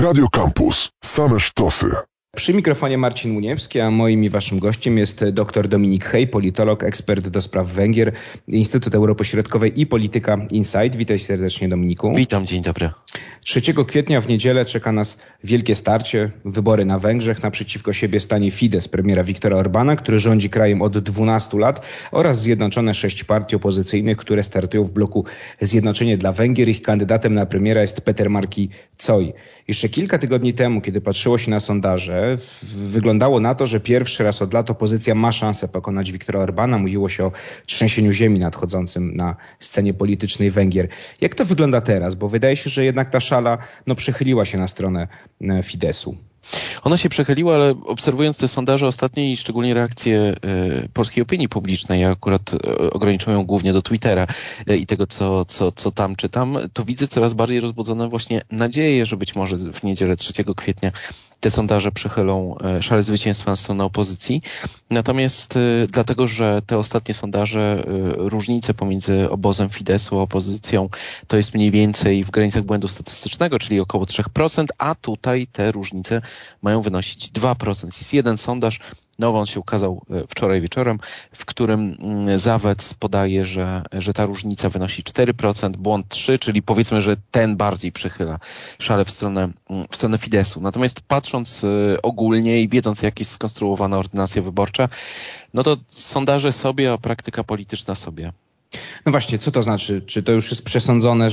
Radio Campus. Same sztosy. Przy mikrofonie Marcin Muniewski, a moim i waszym gościem jest dr Dominik Hej, politolog, ekspert do spraw Węgier, Instytut Europy Środkowej i Polityka Insight. Witaj serdecznie, Dominiku. Witam, dzień dobry. 3 kwietnia w niedzielę czeka nas wielkie starcie, wybory na Węgrzech. Naprzeciwko siebie stanie Fidesz premiera Viktora Orbana, który rządzi krajem od 12 lat, oraz zjednoczone 6 partii opozycyjnych, które startują w bloku Zjednoczenie dla Węgier. Ich kandydatem na premiera jest Péter Marki-Zój. Jeszcze kilka tygodni temu, kiedy patrzyło się na sondaże, wyglądało na to, że pierwszy raz od lat opozycja ma szansę pokonać Viktora Orbana. Mówiło się o trzęsieniu ziemi nadchodzącym na scenie politycznej Węgier. Jak to wygląda teraz? Bo wydaje się, że jednak ta szala przechyliła się na stronę Fideszu. Ona się przechyliła, ale obserwując te sondaże ostatnie i szczególnie reakcje polskiej opinii publicznej, ja akurat ograniczyłem ją głównie do Twittera i tego, co tam czytam, to widzę coraz bardziej rozbudzone właśnie nadzieje, że być może w niedzielę 3 kwietnia te sondaże przechylą szale zwycięstwa na stronę opozycji. Natomiast dlatego, że te ostatnie sondaże, różnice pomiędzy obozem Fideszu a opozycją to jest mniej więcej w granicach błędu statystycznego, czyli około 3%, a tutaj te różnice mają wynosić 2%. Jest jeden sondaż, nowy, on się ukazał wczoraj wieczorem, w którym Zawec podaje, że ta różnica wynosi 4%, błąd 3%, czyli powiedzmy, że ten bardziej przychyla szale w stronę Fideszu. Natomiast patrząc ogólnie i wiedząc, jak jest skonstruowana ordynacja wyborcza, no to sondaże sobie, a praktyka polityczna sobie. No właśnie, co to znaczy? Czy to już jest przesądzone,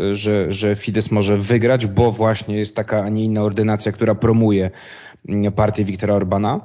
że Fidesz może wygrać, bo właśnie jest taka, a nie inna ordynacja, która promuje partię Viktora Orbana?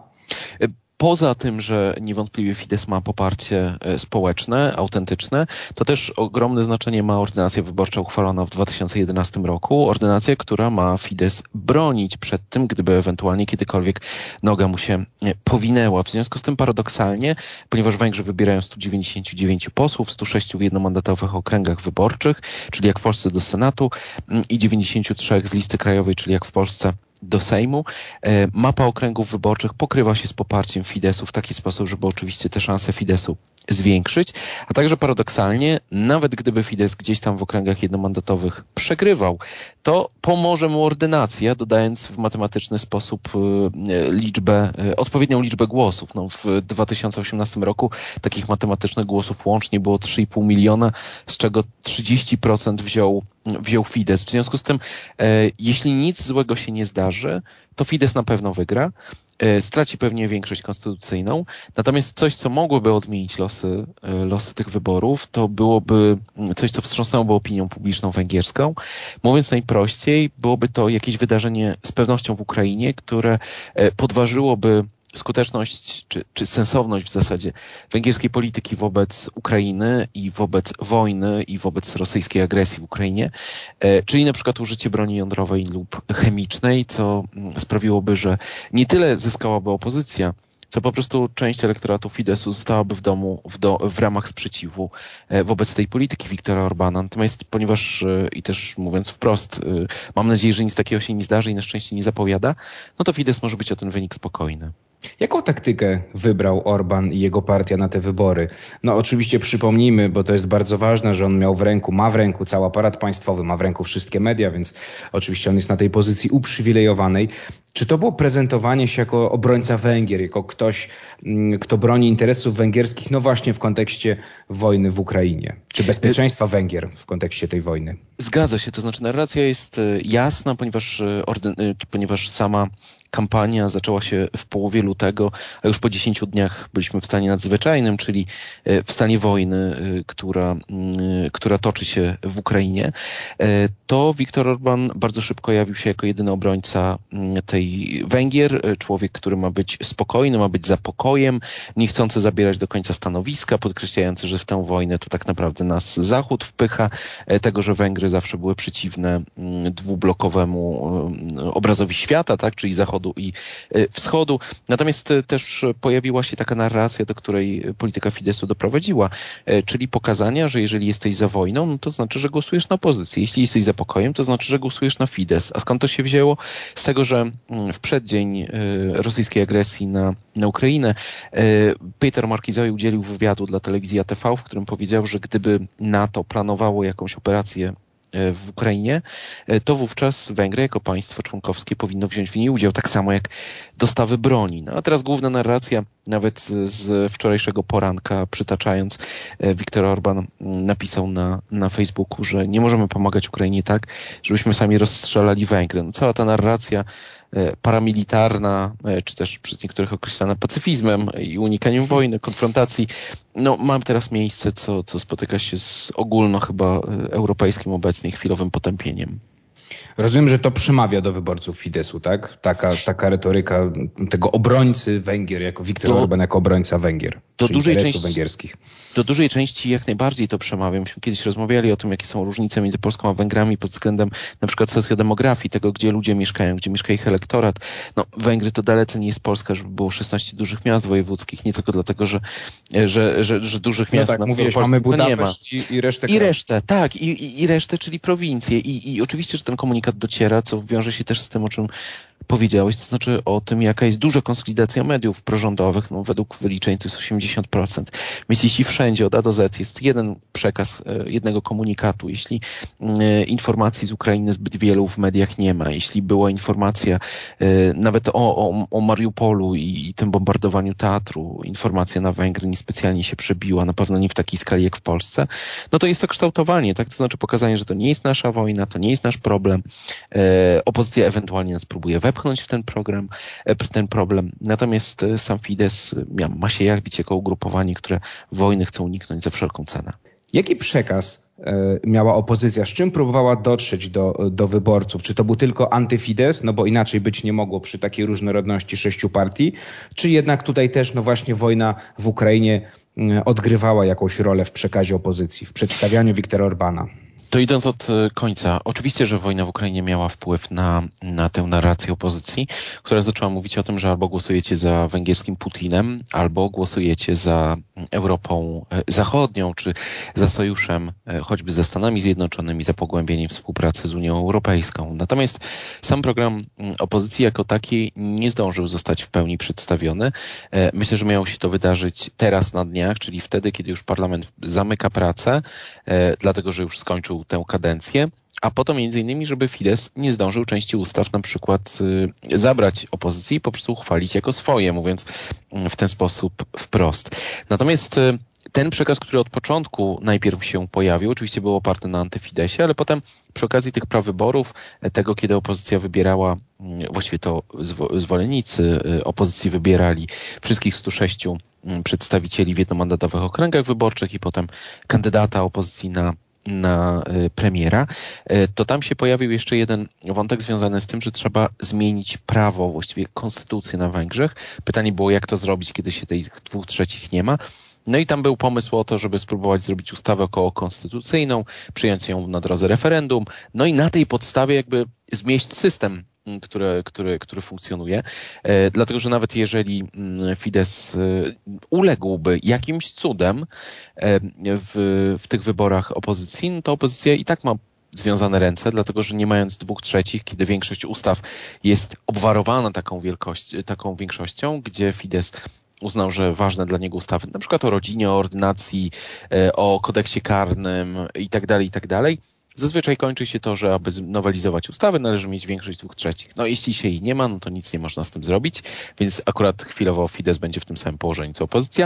Poza tym, że niewątpliwie Fidesz ma poparcie społeczne, autentyczne, to też ogromne znaczenie ma ordynacja wyborcza uchwalona w 2011 roku. Ordynacja, która ma Fidesz bronić przed tym, gdyby ewentualnie kiedykolwiek noga mu się powinęła. W związku z tym paradoksalnie, ponieważ Węgrzy wybierają 199 posłów, 106 w jednomandatowych okręgach wyborczych, czyli jak w Polsce do Senatu, i 93 z listy krajowej, czyli jak w Polsce do Sejmu. Mapa okręgów wyborczych pokrywa się z poparciem Fideszu w taki sposób, żeby oczywiście te szanse Fideszu zwiększyć, a także paradoksalnie, nawet gdyby Fidesz gdzieś tam w okręgach jednomandatowych przegrywał, to pomoże mu ordynacja, dodając w matematyczny sposób odpowiednią liczbę głosów. No, w 2018 roku takich matematycznych głosów łącznie było 3,5 miliona, z czego 30% wziął Fidesz. W związku z tym, jeśli nic złego się nie zdarzy, to Fidesz na pewno wygra, straci pewnie większość konstytucyjną. Natomiast coś, co mogłoby odmienić losy tych wyborów, to byłoby coś, co wstrząsnęłoby opinią publiczną węgierską. Mówiąc najprościej, byłoby to jakieś wydarzenie z pewnością w Ukrainie, które podważyłoby skuteczność czy sensowność w zasadzie węgierskiej polityki wobec Ukrainy i wobec wojny i wobec rosyjskiej agresji w Ukrainie, czyli na przykład użycie broni jądrowej lub chemicznej, co sprawiłoby, że nie tyle zyskałaby opozycja, co po prostu część elektoratu Fideszu zostałaby w domu w ramach sprzeciwu wobec tej polityki Viktora Orbana. Natomiast ponieważ, i też mówiąc wprost, mam nadzieję, że nic takiego się nie zdarzy i na szczęście nie zapowiada, no to Fidesz może być o ten wynik spokojny. Jaką taktykę wybrał Orban i jego partia na te wybory? No oczywiście przypomnijmy, bo to jest bardzo ważne, że on ma w ręku cały aparat państwowy, ma w ręku wszystkie media, więc oczywiście on jest na tej pozycji uprzywilejowanej. Czy to było prezentowanie się jako obrońca Węgier, jako ktoś, kto broni interesów węgierskich, no właśnie w kontekście wojny w Ukrainie, czy bezpieczeństwa Węgier w kontekście tej wojny? Zgadza się, to znaczy narracja jest jasna, ponieważ sama kampania zaczęła się w połowie lutego, a już po 10 dniach byliśmy w stanie nadzwyczajnym, czyli w stanie wojny, która toczy się w Ukrainie. To Viktor Orban bardzo szybko jawił się jako jedyny obrońca tej Węgier, człowiek, który ma być spokojny, ma być za pokojem, nie chcący zabierać do końca stanowiska, podkreślający, że w tę wojnę to tak naprawdę nas Zachód wpycha, tego, że Węgry zawsze były przeciwne dwublokowemu obrazowi świata, tak, czyli Zachodu i Wschodu. Natomiast też pojawiła się taka narracja, do której polityka Fideszu doprowadziła, czyli pokazania, że jeżeli jesteś za wojną, no to znaczy, że głosujesz na opozycję. Jeśli jesteś za pokojem, to znaczy, że głosujesz na Fidesz. A skąd to się wzięło? Z tego, że w przeddzień rosyjskiej agresji na Ukrainę Péter Marki-Zój udzielił wywiadu dla telewizji ATV, w którym powiedział, że gdyby NATO planowało jakąś operację w Ukrainie, to wówczas Węgry jako państwo członkowskie powinno wziąć w niej udział, tak samo jak dostawy broni. No a teraz główna narracja, nawet z wczorajszego poranka przytaczając, Viktor Orban napisał na Facebooku, że nie możemy pomagać Ukrainie tak, żebyśmy sami rozstrzelali Węgry. No, cała ta narracja paramilitarna, czy też przez niektórych określana pacyfizmem i unikaniem wojny, konfrontacji, no mam teraz miejsce, co spotyka się z ogólno chyba europejskim obecnie chwilowym potępieniem. Rozumiem, że to przemawia do wyborców Fidesu, tak? Taka retoryka tego obrońcy Węgier, jako Viktor Orban, jako obrońca Węgier, czy interesów węgierskich. Do dużej części jak najbardziej to przemawia. Myśmy kiedyś rozmawiali o tym, jakie są różnice między Polską a Węgrami pod względem na przykład socjodemografii, tego, gdzie ludzie mieszkają, gdzie mieszka ich elektorat. No, Węgry to dalece nie jest Polska, żeby było 16 dużych miast wojewódzkich, nie tylko dlatego, że dużych miast... No tak, mówiłeś, mamy Budapeszt i resztę kraju. I resztę, tak, i resztę, czyli prowincje. I oczywiście, że ten komunikat dociera, co wiąże się też z tym, o czym powiedziałeś, to znaczy o tym, jaka jest duża konsolidacja mediów prorządowych. No, według wyliczeń to jest 80%. Więc jeśli wszędzie od A do Z jest jeden przekaz jednego komunikatu, jeśli informacji z Ukrainy zbyt wielu w mediach nie ma, jeśli była informacja nawet o Mariupolu i tym bombardowaniu teatru, informacja na Węgry niespecjalnie się przebiła, na pewno nie w takiej skali jak w Polsce, no to jest to kształtowanie, tak? To znaczy pokazanie, że to nie jest nasza wojna, to nie jest nasz problem. Opozycja ewentualnie nas próbuje wepchnąć w ten problem. Natomiast sam Fidesz ma się jawić jako ugrupowanie, które wojny chce uniknąć za wszelką cenę. Jaki przekaz miała opozycja? Z czym próbowała dotrzeć do wyborców? Czy to był tylko antyfides? No bo inaczej być nie mogło przy takiej różnorodności 6 partii. Czy jednak tutaj też, no właśnie wojna w Ukrainie odgrywała jakąś rolę w przekazie opozycji, w przedstawianiu Viktora Orbana? To idąc od końca, oczywiście, że wojna w Ukrainie miała wpływ na tę narrację opozycji, która zaczęła mówić o tym, że albo głosujecie za węgierskim Putinem, albo głosujecie za Europą Zachodnią, czy za sojuszem choćby ze Stanami Zjednoczonymi, za pogłębieniem współpracy z Unią Europejską. Natomiast sam program opozycji jako taki nie zdążył zostać w pełni przedstawiony. Myślę, że miało się to wydarzyć teraz na dniach, czyli wtedy, kiedy już parlament zamyka pracę, dlatego że już skończył tę kadencję, a po to między innymi, żeby Fidesz nie zdążył części ustaw na przykład zabrać opozycji i po prostu uchwalić jako swoje, mówiąc w ten sposób wprost. Natomiast ten przekaz, który od początku najpierw się pojawił, oczywiście był oparty na antyfidesie, ale potem przy okazji tych prawyborów, tego kiedy opozycja wybierała, właściwie to zwolennicy opozycji wybierali wszystkich 106 przedstawicieli w jednomandatowych okręgach wyborczych i potem kandydata opozycji na premiera, to tam się pojawił jeszcze jeden wątek związany z tym, że trzeba zmienić prawo, właściwie konstytucję na Węgrzech. Pytanie było, jak to zrobić, kiedy się tych 2/3 nie ma. No i tam był pomysł o to, żeby spróbować zrobić ustawę okołokonstytucyjną, przyjąć ją na drodze referendum, no i na tej podstawie jakby zmieść system, który funkcjonuje. Dlatego, że nawet jeżeli Fidesz uległby jakimś cudem w tych wyborach opozycji, no to opozycja i tak ma związane ręce, dlatego, że nie mając 2/3, kiedy większość ustaw jest obwarowana taką większością, gdzie Fidesz uznał, że ważne dla niego ustawy, na przykład o rodzinie, o ordynacji, o kodeksie karnym i tak dalej, zazwyczaj kończy się to, że aby nowelizować ustawy, należy mieć większość 2/3. No jeśli się jej nie ma, no to nic nie można z tym zrobić, więc akurat chwilowo Fidesz będzie w tym samym położeniu co opozycja,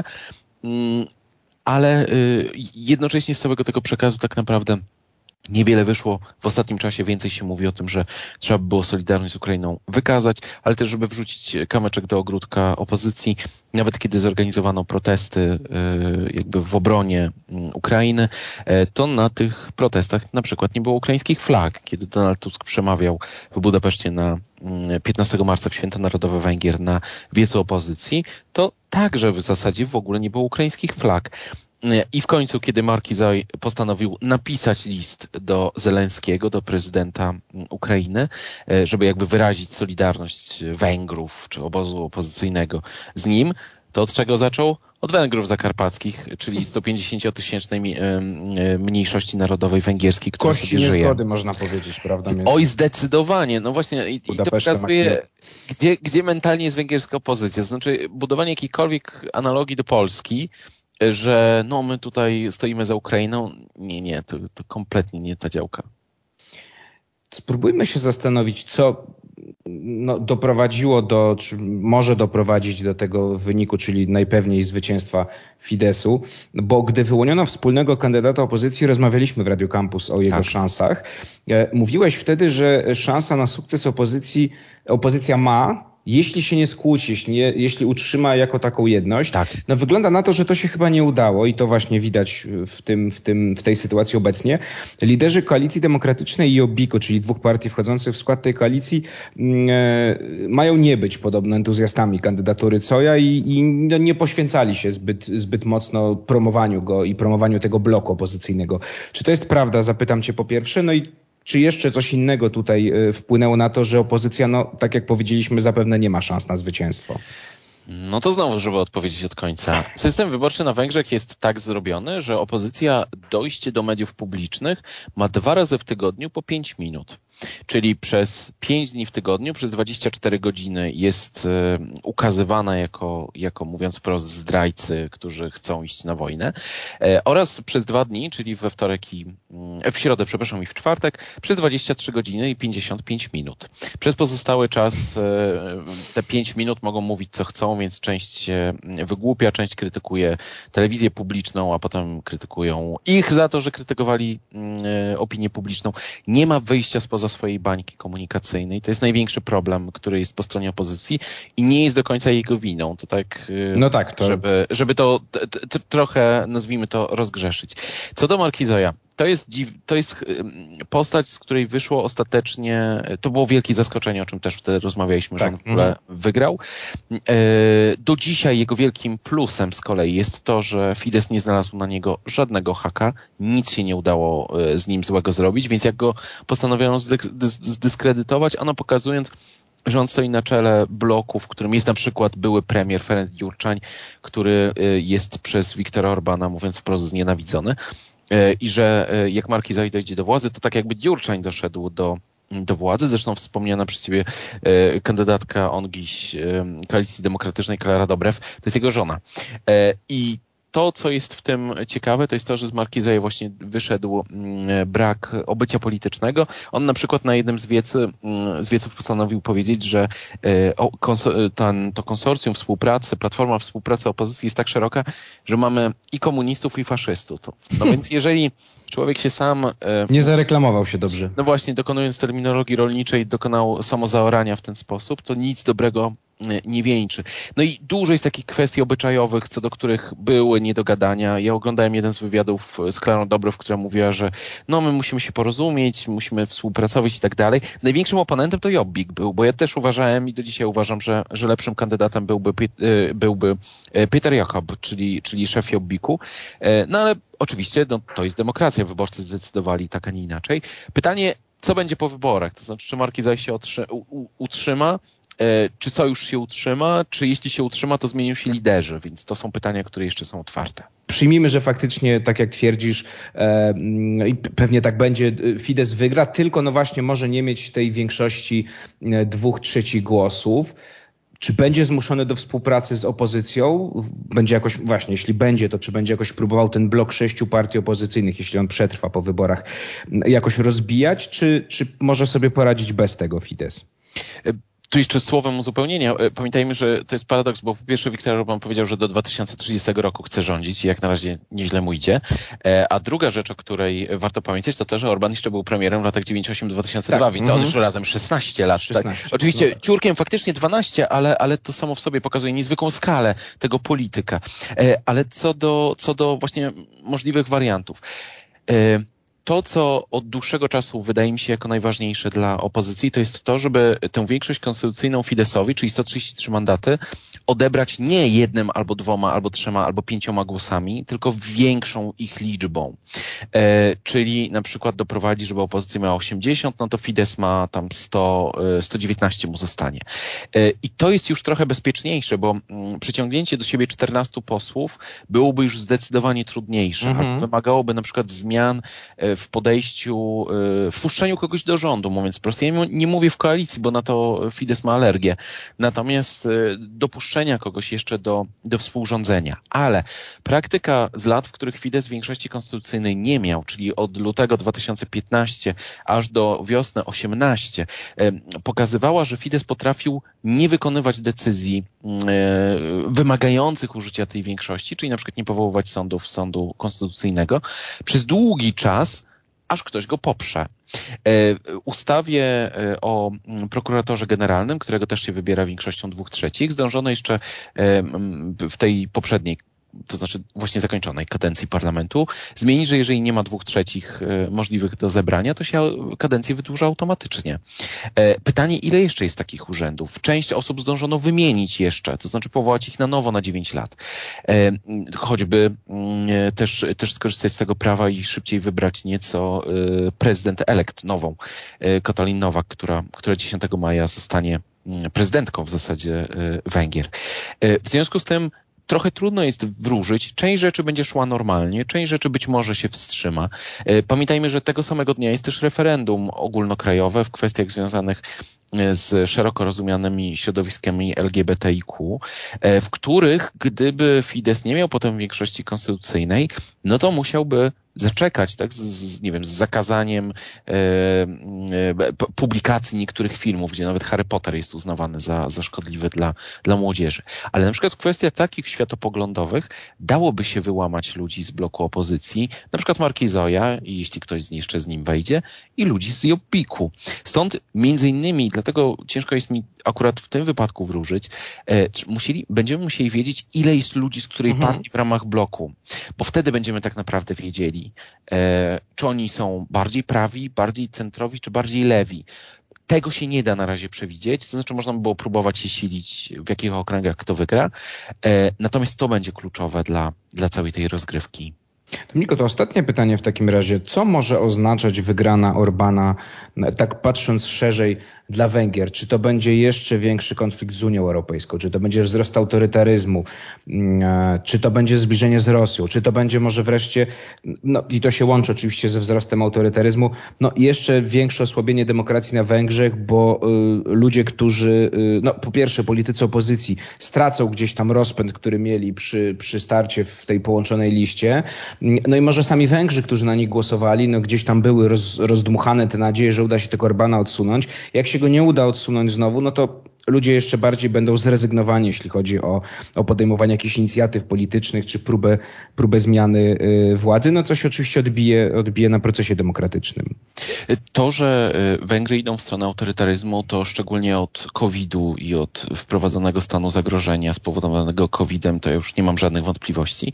ale jednocześnie z całego tego przekazu tak naprawdę niewiele wyszło. W ostatnim czasie więcej się mówi o tym, że trzeba by było solidarność z Ukrainą wykazać, ale też, żeby wrzucić kamyczek do ogródka opozycji. Nawet kiedy zorganizowano protesty jakby w obronie Ukrainy, to na tych protestach na przykład nie było ukraińskich flag. Kiedy Donald Tusk przemawiał w Budapeszcie na 15 marca w Święto Narodowe Węgier na wiecu opozycji, to także w zasadzie w ogóle nie było ukraińskich flag. I w końcu, kiedy Markizaj postanowił napisać list do Zelenskiego, do prezydenta Ukrainy, żeby jakby wyrazić solidarność Węgrów czy obozu opozycyjnego z nim, to od czego zaczął? Od Węgrów zakarpackich, czyli 150-tysięcznej mniejszości narodowej węgierskiej, która Kości sobie żyje. niezgody, można powiedzieć, prawda? Oj, zdecydowanie. No właśnie, i to pokazuje, gdzie mentalnie jest węgierska opozycja. Znaczy, budowanie jakiejkolwiek analogii do Polski, że no my tutaj stoimy za Ukrainą, nie, to kompletnie nie ta działka. spróbujmy się zastanowić, co doprowadziło czy może doprowadzić do tego wyniku, czyli najpewniej zwycięstwa Fidesu, bo gdy wyłoniono wspólnego kandydata opozycji, rozmawialiśmy w Radio Campus o jego szansach. Mówiłeś wtedy, że szansa na sukces opozycja ma, jeśli się nie skłóci, jeśli utrzyma jako taką jedność. Tak. No wygląda na to, że to się chyba nie udało i to właśnie widać w tej sytuacji obecnie. Liderzy Koalicji Demokratycznej i Jobbiku, czyli dwóch partii wchodzących w skład tej koalicji, mają nie być podobno entuzjastami kandydatury Coja i nie poświęcali się zbyt mocno promowaniu go i promowaniu tego bloku opozycyjnego. Czy to jest prawda? Zapytam cię po pierwsze. No i czy jeszcze coś innego tutaj wpłynęło na to, że opozycja, tak jak powiedzieliśmy, zapewne nie ma szans na zwycięstwo? No to znowu, żeby odpowiedzieć od końca. System wyborczy na Węgrzech jest tak zrobiony, że opozycja dojście do mediów publicznych ma 2 razy w tygodniu po 5 minut. Czyli przez 5 dni w tygodniu, przez 24 godziny jest ukazywana jako mówiąc wprost, zdrajcy, którzy chcą iść na wojnę. Oraz przez 2 dni, czyli w środę, i w czwartek, przez 23 godziny i 55 minut. Przez pozostały czas te 5 minut mogą mówić co chcą, więc część się wygłupia, część krytykuje telewizję publiczną, a potem krytykują ich za to, że krytykowali opinię publiczną. Nie ma wyjścia spoza swojej bańki komunikacyjnej. To jest największy problem, który jest po stronie opozycji i nie jest do końca jego winą. To tak, żeby to trochę, nazwijmy to, rozgrzeszyć. Co do Marki-Zoja, to jest postać, z której wyszło ostatecznie, to było wielkie zaskoczenie, o czym też wtedy rozmawialiśmy, że on w ogóle wygrał. Do dzisiaj jego wielkim plusem z kolei jest to, że Fidesz nie znalazł na niego żadnego haka, nic się nie udało z nim złego zrobić, więc jak go postanowiono zdyskredytować, ono pokazując, że on stoi na czele bloku, w którym jest na przykład były premier Ferenc Gyurcsány, który jest przez Viktora Orbána, mówiąc wprost, znienawidzony. I że jak Marki-Zoj dojdzie do władzy, to tak jakby Gyurcsány doszedł do władzy. Zresztą wspomniana przez ciebie kandydatka ONGiś Koalicji Demokratycznej, Klara Dobrew, to jest jego żona. I to, co jest w tym ciekawe, to jest to, że z Marki-Zoja właśnie wyszedł brak obycia politycznego. On na przykład na jednym z wieców postanowił powiedzieć, że to konsorcjum współpracy, platforma współpracy opozycji jest tak szeroka, że mamy i komunistów, i faszystów. No więc jeżeli człowiek się sam... Nie zareklamował się dobrze. No właśnie, dokonując terminologii rolniczej, dokonał samozaorania w ten sposób, to nic dobrego nie wieńczy. No i dużo jest takich kwestii obyczajowych, co do których były niedogadania. Ja oglądałem jeden z wywiadów z Klarą Dobrew, która mówiła, że my musimy się porozumieć, musimy współpracować i tak dalej. Największym oponentem to Jobbik był, bo ja też uważałem i do dzisiaj uważam, że lepszym kandydatem byłby Peter Jakob, czyli szef Jobbiku. No ale oczywiście to jest demokracja, wyborcy zdecydowali tak, a nie inaczej. Pytanie, co będzie po wyborach? To znaczy, czy Marki-Zoj się utrzyma? Czy sojusz się utrzyma, czy jeśli się utrzyma, to zmienią się liderzy, więc to są pytania, które jeszcze są otwarte. Przyjmijmy, że faktycznie, tak jak twierdzisz, i pewnie tak będzie, Fidesz wygra, tylko właśnie może nie mieć tej większości 2/3 głosów. Czy będzie zmuszony do współpracy z opozycją? Będzie jakoś, właśnie, jeśli będzie, to czy będzie jakoś próbował ten blok 6 partii opozycyjnych, jeśli on przetrwa po wyborach, jakoś rozbijać, czy może sobie poradzić bez tego Fidesz? Tu jeszcze słowem uzupełnienia. Pamiętajmy, że to jest paradoks, bo po pierwsze Viktor Orbán powiedział, że do 2030 roku chce rządzić i jak na razie nieźle mu idzie. A druga rzecz, o której warto pamiętać, to to, że Orbán jeszcze był premierem w latach 98-2002, więc on już razem 16 lat. 16, tak. Oczywiście ciurkiem faktycznie 12, ale to samo w sobie pokazuje niezwykłą skalę tego polityka. Ale co do właśnie możliwych wariantów. To, co od dłuższego czasu wydaje mi się jako najważniejsze dla opozycji, to jest to, żeby tę większość konstytucyjną Fideszowi, czyli 133 mandaty, odebrać nie 1 albo 2 albo 3 albo 5 głosami, tylko większą ich liczbą. Czyli na przykład doprowadzi, żeby opozycja miała 80, no to Fidesz ma tam 119 mu zostanie. I to jest już trochę bezpieczniejsze, bo przyciągnięcie do siebie 14 posłów byłoby już zdecydowanie trudniejsze. Wymagałoby na przykład zmian w podejściu, wpuszczeniu kogoś do rządu, mówiąc prosto. Ja nie mówię w koalicji, bo na to Fidesz ma alergię. Natomiast dopuszczenia kogoś jeszcze do współrządzenia. Ale praktyka z lat, w których Fidesz większości konstytucyjnej nie miał, czyli od lutego 2015 aż do wiosny 2018, pokazywała, że Fidesz potrafił nie wykonywać decyzji wymagających użycia tej większości, czyli na przykład nie powoływać sądu konstytucyjnego przez długi czas, aż ktoś go poprze. W ustawie o prokuratorze generalnym, którego też się wybiera większością 2/3, zdążono jeszcze w tej poprzedniej, to znaczy właśnie zakończonej kadencji parlamentu, zmienić, że jeżeli nie ma 2/3 możliwych do zebrania, to się kadencję wydłuża automatycznie. Pytanie, ile jeszcze jest takich urzędów? Część osób zdążono wymienić jeszcze, to znaczy powołać ich na nowo na 9 lat. Choćby też skorzystać z tego prawa i szybciej wybrać nieco prezydent-elekt nową, Katalin Nowak, która 10 maja zostanie prezydentką w zasadzie Węgier. W związku z tym trochę trudno jest wróżyć. Część rzeczy będzie szła normalnie, część rzeczy być może się wstrzyma. Pamiętajmy, że tego samego dnia jest też referendum ogólnokrajowe w kwestiach związanych z szeroko rozumianymi środowiskami LGBTIQ, w których gdyby Fidesz nie miał potem większości konstytucyjnej, no to musiałby zaczekać, tak, z zakazaniem publikacji niektórych filmów, gdzie nawet Harry Potter jest uznawany za szkodliwy dla młodzieży. Ale na przykład w kwestiach takich światopoglądowych dałoby się wyłamać ludzi z bloku opozycji, na przykład Markizoja, i jeśli ktoś jeszcze z nim wejdzie, i ludzi z Jobbiku. Stąd między innymi, dlatego ciężko jest mi akurat w tym wypadku wróżyć, będziemy musieli wiedzieć, ile jest ludzi z której partii w ramach bloku, bo wtedy będziemy tak naprawdę wiedzieli, czy oni są bardziej prawi, bardziej centrowi, czy bardziej lewi. Tego się nie da na razie przewidzieć, to znaczy można by było próbować się silić, w jakich okręgach kto wygra, natomiast to będzie kluczowe dla całej tej rozgrywki. Dominiko, to ostatnie pytanie w takim razie. Co może oznaczać wygrana Orbana, tak patrząc szerzej, dla Węgier? Czy to będzie jeszcze większy konflikt z Unią Europejską? Czy to będzie wzrost autorytaryzmu? Czy to będzie zbliżenie z Rosją? Czy to będzie może wreszcie, i to się łączy oczywiście ze wzrostem autorytaryzmu, jeszcze większe osłabienie demokracji na Węgrzech, bo ludzie, którzy, po pierwsze politycy opozycji stracą gdzieś tam rozpęd, który mieli przy starcie w tej połączonej liście. I może sami Węgrzy, którzy na nich głosowali, gdzieś tam były rozdmuchane te nadzieje, że uda się tego Orbana odsunąć. Jak się go nie uda odsunąć znowu, to ludzie jeszcze bardziej będą zrezygnowani, jeśli chodzi o podejmowanie jakichś inicjatyw politycznych czy próbę zmiany władzy, co się oczywiście odbije na procesie demokratycznym. To, że Węgry idą w stronę autorytaryzmu, to szczególnie od COVID-u i od wprowadzonego stanu zagrożenia spowodowanego COVID-em, to już nie mam żadnych wątpliwości,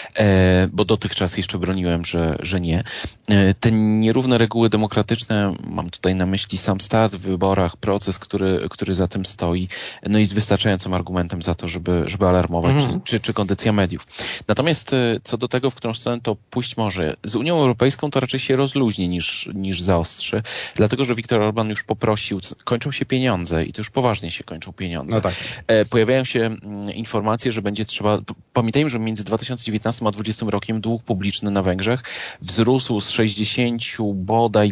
bo dotychczas jeszcze broniłem, że nie. Te nierówne reguły demokratyczne, mam tutaj na myśli sam start w wyborach, proces, który za tym stoi, jest wystarczającym argumentem za to, żeby alarmować, czy kondycja mediów. Natomiast co do tego, w którą stronę to pójść może, z Unią Europejską to raczej się rozluźni niż zaostrzy, dlatego, że Viktor Orban już poprosił, kończą się pieniądze i to już poważnie się kończą pieniądze. Tak. Pojawiają się informacje, że będzie trzeba, pamiętajmy, że między 2019 a 2020 rokiem dług publiczny na Węgrzech wzrósł z 60 bodaj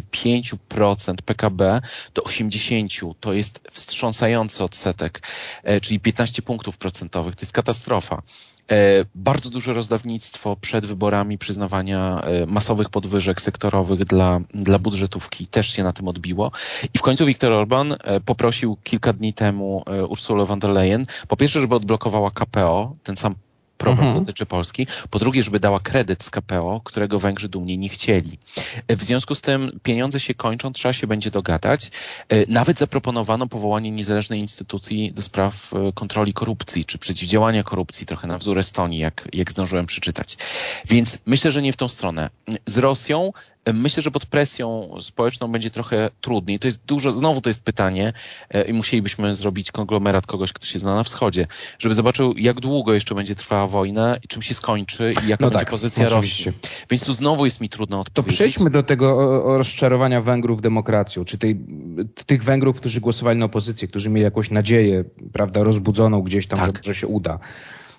5% PKB do 80%. To jest wstrząsający odsetek, czyli 15 punktów procentowych. To jest katastrofa. Bardzo duże rozdawnictwo przed wyborami przyznawania masowych podwyżek sektorowych dla budżetówki też się na tym odbiło. I w końcu Viktor Orban poprosił kilka dni temu Ursulę von der Leyen, po pierwsze, żeby odblokowała KPO, ten sam problem dotyczy Polski. Po drugie, żeby dała kredyt z KPO, którego Węgrzy dumnie nie chcieli. W związku z tym pieniądze się kończą, trzeba się będzie dogadać. Nawet zaproponowano powołanie niezależnej instytucji do spraw kontroli korupcji, czy przeciwdziałania korupcji, trochę na wzór Estonii, jak zdążyłem przeczytać. Więc myślę, że nie w tą stronę. Z Rosją myślę, że pod presją społeczną będzie trochę trudniej. To jest znowu to jest pytanie i musielibyśmy zrobić konglomerat kogoś, kto się zna na wschodzie, żeby zobaczył, jak długo jeszcze będzie trwała wojna i czym się skończy i jaka będzie pozycja Rosji. Więc tu znowu jest mi trudno odpowiedzieć. To przejdźmy do tego rozczarowania Węgrów demokracją, czy tych Węgrów, którzy głosowali na opozycję, którzy mieli jakąś nadzieję, prawda, rozbudzoną gdzieś tam, że się uda.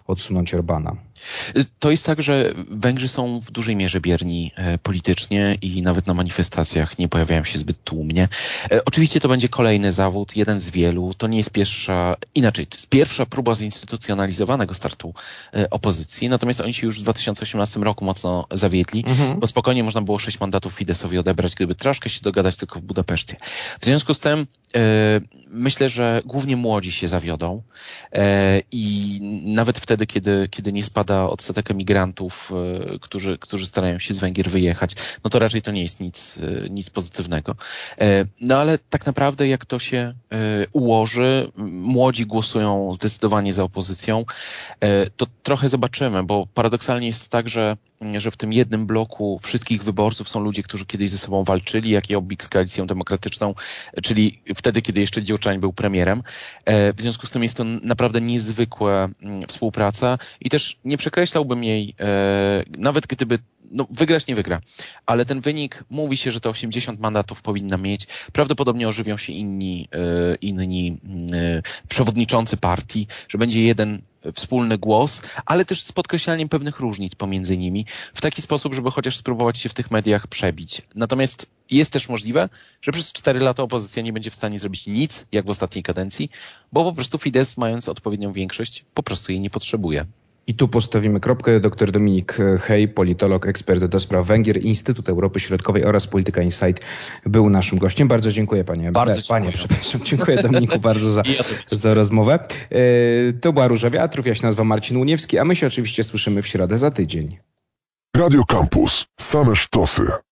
odsunąć Orbana? To jest tak, że Węgrzy są w dużej mierze bierni politycznie i nawet na manifestacjach nie pojawiają się zbyt tłumnie. Oczywiście to będzie kolejny zawód, jeden z wielu. To nie jest to jest pierwsza próba zinstytucjonalizowanego startu opozycji, natomiast oni się już w 2018 roku mocno zawiedli, bo spokojnie można było 6 mandatów Fidesowi odebrać, gdyby troszkę się dogadać tylko w Budapeszcie. W związku z tym myślę, że głównie młodzi się zawiodą i nawet wtedy, kiedy nie spada odsetek emigrantów, którzy starają się z Węgier wyjechać, no to raczej to nie jest nic pozytywnego. No ale tak naprawdę jak to się ułoży, młodzi głosują zdecydowanie za opozycją, to trochę zobaczymy, bo paradoksalnie jest tak, że w tym jednym bloku wszystkich wyborców są ludzie, którzy kiedyś ze sobą walczyli, jak Jobbik z Koalicją Demokratyczną, czyli wtedy, kiedy jeszcze Gyurcsány był premierem. W związku z tym jest to naprawdę niezwykła współpraca i też nie przekreślałbym jej, nawet gdyby wygrać nie wygra, ale ten wynik, mówi się, że te 80 mandatów powinna mieć. Prawdopodobnie ożywią się inni przewodniczący partii, że będzie jeden wspólny głos, ale też z podkreślaniem pewnych różnic pomiędzy nimi, w taki sposób, żeby chociaż spróbować się w tych mediach przebić. Natomiast jest też możliwe, że przez 4 lata opozycja nie będzie w stanie zrobić nic, jak w ostatniej kadencji, bo po prostu Fidesz, mając odpowiednią większość, po prostu jej nie potrzebuje. I tu postawimy kropkę. Dr Dominik Hej, politolog, ekspert do spraw Węgier, Instytut Europy Środkowej oraz Polityka Insight był naszym gościem. Bardzo dziękuję dziękuję Dominiku bardzo za rozmowę. To była Róża Wiatrów, ja się nazywam Marcin Łuniewski, a my się oczywiście słyszymy w środę za tydzień. Radio Campus. Same sztosy.